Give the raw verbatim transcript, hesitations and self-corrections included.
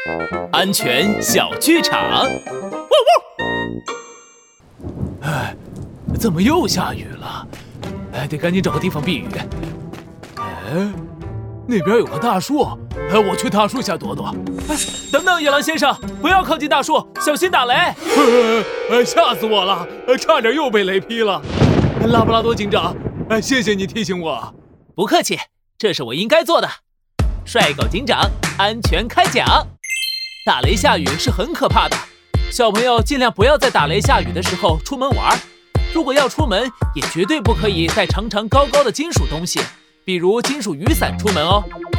安全小剧场。汪汪！哎，怎么又下雨了？哎，得赶紧找个地方避雨。哎，那边有棵大树，哎，我去大树下躲躲。哎，等等，野狼先生，不要靠近大树，小心打雷！哎，吓死我了，差点又被雷劈了。拉布拉多警长，哎，谢谢你提醒我。不客气，这是我应该做的。帅狗警长，安全开讲。打雷下雨是很可怕的，小朋友尽量不要在打雷下雨的时候出门玩。如果要出门，也绝对不可以带长长高高的金属东西，比如金属雨伞出门哦。